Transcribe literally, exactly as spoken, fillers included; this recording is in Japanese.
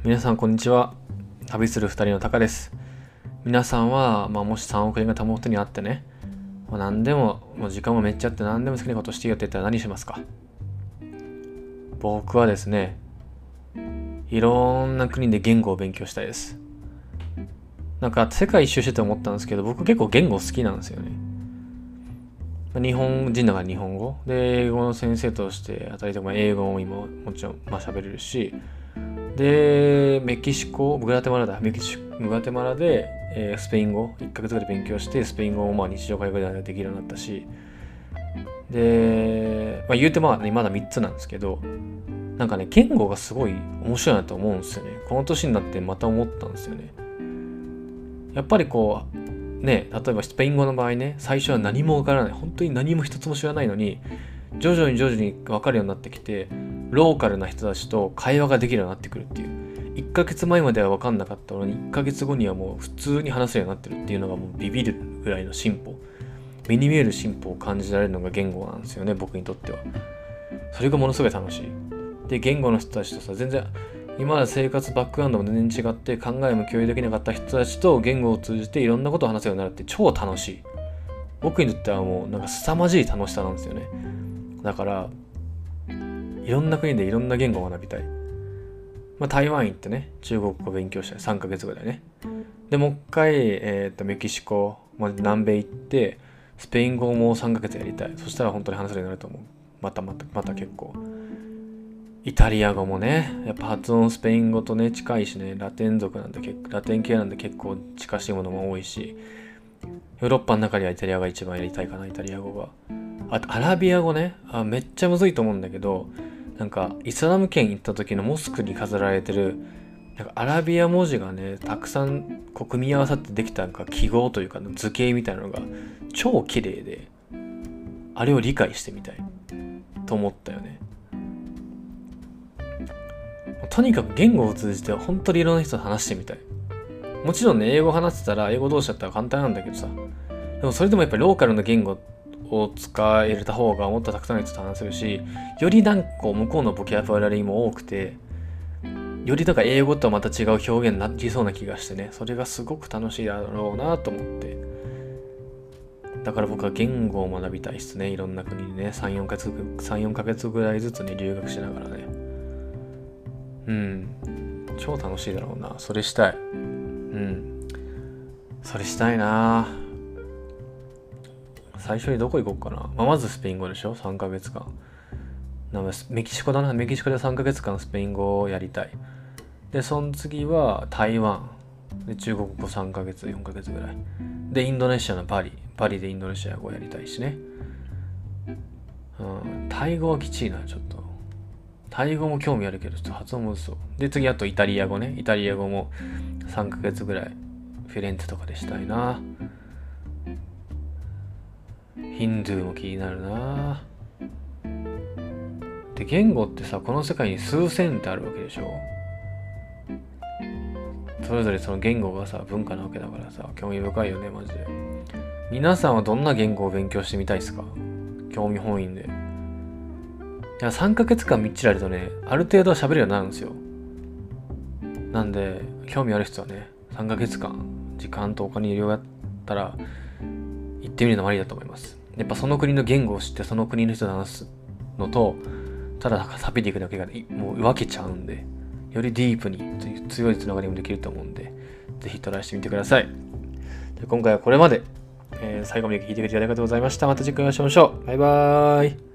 皆さんこんにちは。旅する二人のタカです。皆さんは、まあ、もしさんおく円が手元にあってね、まあ、何でも、もう時間もめっちゃあって何でも好きなことしていいよって言ったら何しますか？僕はですね、いろんな国で言語を勉強したいです。なんか世界一周してて思ったんですけど、僕結構言語好きなんですよね。日本人だから日本語で、英語の先生として働いても英語も今もちろんまあ喋れるし、でメキシコグアテマラだメキシコグアテマラで、えー、スペイン語いっかげつぐらい勉強してスペイン語をまあ日常会話でできるようになったし、で、まあ、言うてまあ、ね、まだみっつなんですけど、なんかね言語がすごい面白いなと思うんですよね。この年になってまた思ったんですよね。やっぱりこうね、例えばスペイン語の場合ね、最初は何もわからない、本当に何も一つも知らないのに、徐々に徐々に分かるようになってきて、ローカルな人たちと会話ができるようになってくるっていう。いっかげつまえまでは分かんなかったのに、いっかげつごにはもう普通に話せるようになってるっていうのがもうビビるぐらいの進歩。目に見える進歩を感じられるのが言語なんですよね、僕にとっては。それがものすごい楽しい。で、言語の人たちとさ、全然、今まで生活バックグラウンドも全然違って考えも共有できなかった人たちと言語を通じていろんなことを話せるようになるって超楽しい。僕にとってはもうなんか凄まじい楽しさなんですよね。だからいろんな国でいろんな言語を学びたい。まあ台湾行ってね、中国語勉強したい。さんかげつぐらいね。でもう一回、えー、とメキシコ、まあ、南米行ってスペイン語もさんかげつやりたい。そしたら本当に話せるようになると思う。またまたまた結構。イタリア語もね、やっぱ発音スペイン語とね近いしね、ラテン族なんで結構ラテン系なんで結構近しいものも多いし、ヨーロッパの中ではイタリアが一番やりたいかな、イタリア語が。あとアラビア語ね、あめっちゃむずいと思うんだけど、なんかイスラム圏行った時のモスクに飾られてるなんかアラビア文字がねたくさんこう組み合わさってできたなんか記号というか図形みたいなのが超綺麗で、あれを理解してみたいと思ったよね。とにかく言語を通じて本当にいろんな人と話してみたい。もちろんね、英語話してたら英語同士だったら簡単なんだけどさ、でもそれでもやっぱりローカルな言語を使えた方がもっとたくさんの人と話せるし、よりなんかこう向こうのボキャブラリーも多くて、よりなんか英語とはまた違う表現になりそうな気がしてね、それがすごく楽しいだろうなと思って。だから僕は言語を学びたいですね。いろんな国にね、さん、よんかげつ、さん、よんかげつぐらいずつね、留学しながらね。うん。超楽しいだろうな。それしたい。うん。それしたいな。最初にどこ行こうかな。まあ、まずスペイン語でしょ ?さん ヶ月間。なんかメキシコだな。メキシコでさんかげつかんスペイン語をやりたい。で、その次は台湾。で、中国語さんかげつ、よんかげつぐらい。で、インドネシアのパリ。パリでインドネシア語やりたいしね。うん。タイ語はきちいな、ちょっと。タイ語も興味あるけど、ちょっと発音も嘘。で、次あとイタリア語ね。イタリア語もさんかげつぐらいフィレンツェとかでしたいな。ヒンドゥーも気になるな。で、言語ってさ、この世界に数千ってあるわけでしょ。それぞれその言語がさ、文化なわけだからさ、興味深いよね、マジで。皆さんはどんな言語を勉強してみたいですか？興味本位で。いや、さんかげつかんみっちりやるとね、ある程度は喋るようになるんですよ。なんで、興味ある人はね、さんかげつかん、時間とお金余裕があったら、行ってみるのもありだと思います。やっぱその国の言語を知って、その国の人と話すのと、ただ旅で行くだけがもう分けちゃうんで、よりディープに強いつながりもできると思うんで、ぜひトライしてみてください。で今回はこれまで、えー、最後まで聞いてくれてありがとうございました。また次回お会いしましょう。バイバーイ。